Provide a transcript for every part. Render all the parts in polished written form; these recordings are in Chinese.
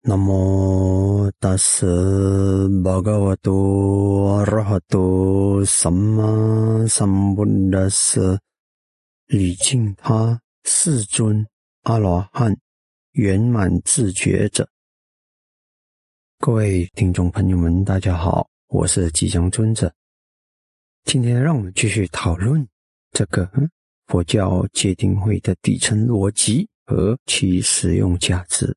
Namo tassa bhagavato arahato samma sambuddhassa 礼敬他世尊阿罗汉圆满自觉者。各位听众朋友们，大家好，我是吉祥尊者。今天让我们继续讨论这个佛教戒定慧的底层逻辑和其实用价值。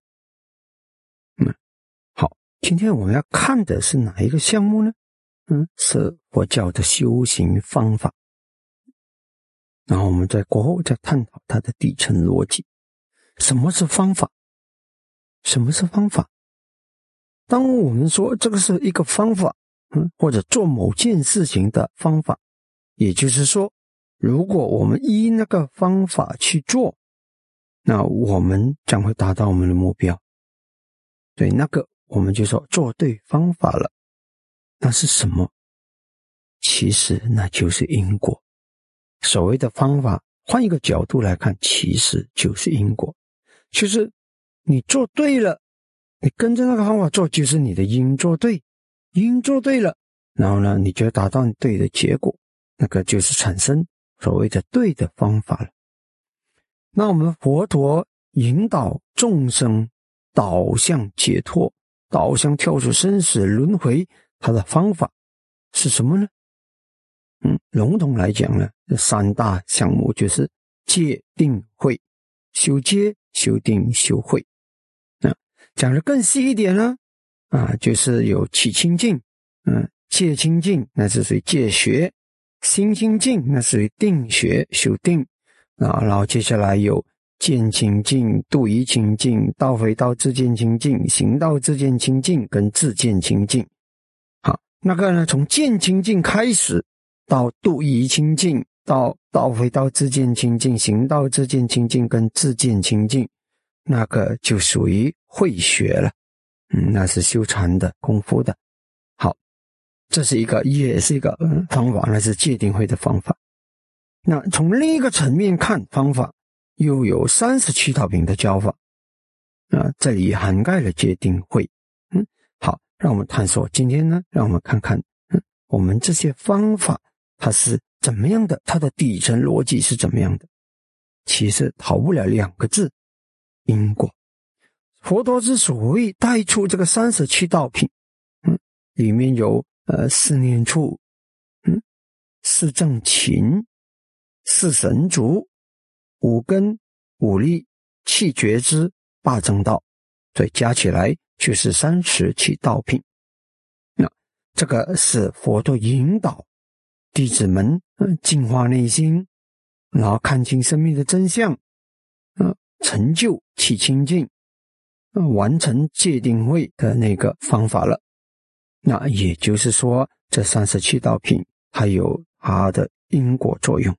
好，今天我们要看的是哪一个项目呢？是佛教的修行方法。然后我们在过后再探讨它的底层逻辑。什么是方法？什么是方法？当我们说这个是一个方法，或者做某件事情的方法，也就是说，如果我们依那个方法去做，那我们将会达到我们的目标。对，那个我们就说做对方法了。那是什么？其实那就是因果。所谓的方法，换一个角度来看，其实就是因果。就是你做对了，你跟着那个方法做，就是你的因做对，因做对了，然后呢，你就达到你对的结果，那个就是产生所谓的对的方法了。那我们佛陀引导众生导向解脱，导向跳出生死轮回，它的方法是什么呢？笼统来讲呢，这三大项目就是戒定慧，修戒、修定、修慧。讲得更细一点呢，就是有起清净，戒清净，那是属于戒学；心清净，那属于定学，修定。然后接下来有见清净、度疑清净、道非道自见清净、行道自见清净跟自见清净。好，那个呢，从见清净开始，到度疑清净，到道非道自见清净、行道自见清净跟自见清净，那个就属于慧学了。那是修禅的功夫的。好，这是一个，也是一个方法，那是戒定慧的方法。那从另一个层面看方法，又有37道品的教法。这里涵盖了戒定慧。好，让我们探索。今天呢，让我们看看我们这些方法它是怎么样的，它的底层逻辑是怎么样的。其实逃不了两个字，因果。佛陀之所谓带出这个37道品，里面有四念处，四正勤，四神足，五根，五力，七觉支，八正道，所以加起来就是37道品。那这个是佛陀引导弟子们净化内心，然后看清生命的真相，成就起清净，完成戒定慧的那个方法了。那也就是说，这37道品它有它的因果作用。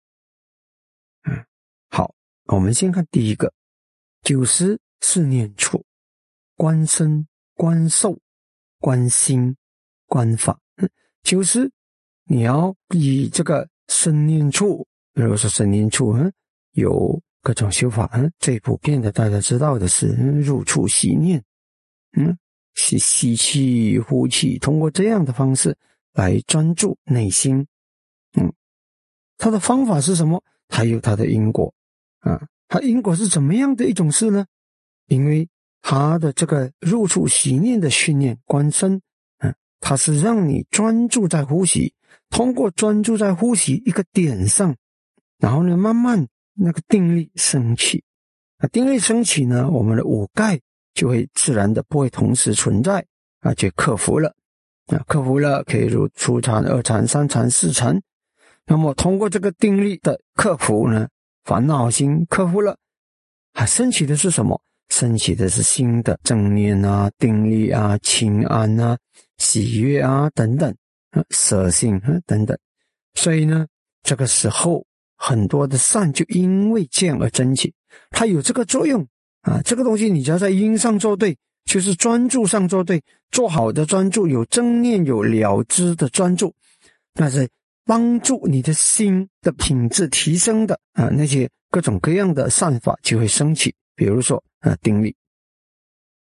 好，我们先看第一个，90四念处，观身、观受、观心、观法。90你要以这个身念处，比如说身念处有各种修法，最普遍的大家知道的是入处息念，吸气呼气，通过这样的方式来专注内心。它的方法是什么？它有它的因果它因果是怎么样的一种事呢？因为它的这个入处息念的训练观身，它是让你专注在呼吸，通过专注在呼吸一个点上，然后呢慢慢那个定力升起。定力升起呢，我们的五盖就会自然的不会同时存在，就克服了。克服了可以入初禅、二禅、三禅、四禅。那么通过这个定力的克服呢，烦恼心克服了，升起的是什么？升起的是新的正念定力清安喜悦等等，舍性等等。所以呢，这个时候很多的善就因为这样而增起，它有这个作用这个东西你只要在因上做对，就是专注上做对，做好的专注，有正念有了知的专注，那是帮助你的心的品质提升的那些各种各样的善法就会升起。比如说定力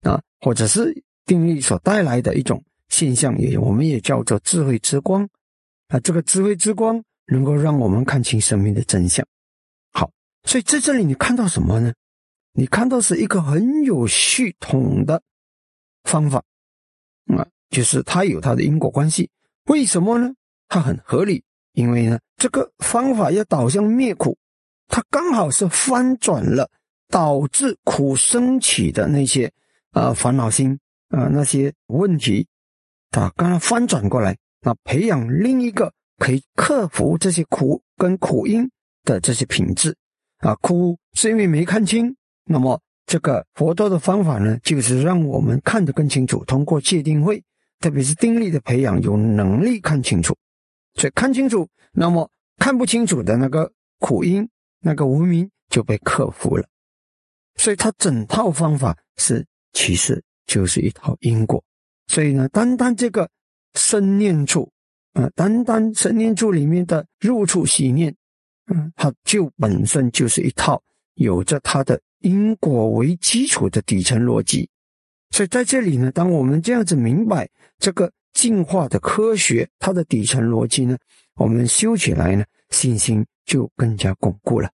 或者是定力所带来的一种现象，我们也叫做智慧之光。这个智慧之光能够让我们看清生命的真相。好，所以在这里你看到什么呢？你看到是一个很有系统的方法就是它有它的因果关系。为什么呢？它很合理，因为呢，这个方法要导向灭苦，它刚好是翻转了导致苦升起的那些烦恼心那些问题，它刚刚翻转过来，培养另一个可以克服这些苦跟苦因的这些品质苦是因为没看清，那么这个佛陀的方法呢，就是让我们看得更清楚，通过戒定慧，特别是定力的培养，有能力看清楚。所以看清楚，那么看不清楚的那个苦因，那个无明就被克服了。所以它整套方法其实就是一套因果。所以呢，单单这个生念处单单生念处里面的入处息念它就本身就是一套有着它的因果为基础的底层逻辑。所以在这里呢，当我们这样子明白这个进化的科学它的底层逻辑呢，我们修起来呢，信心就更加巩固了。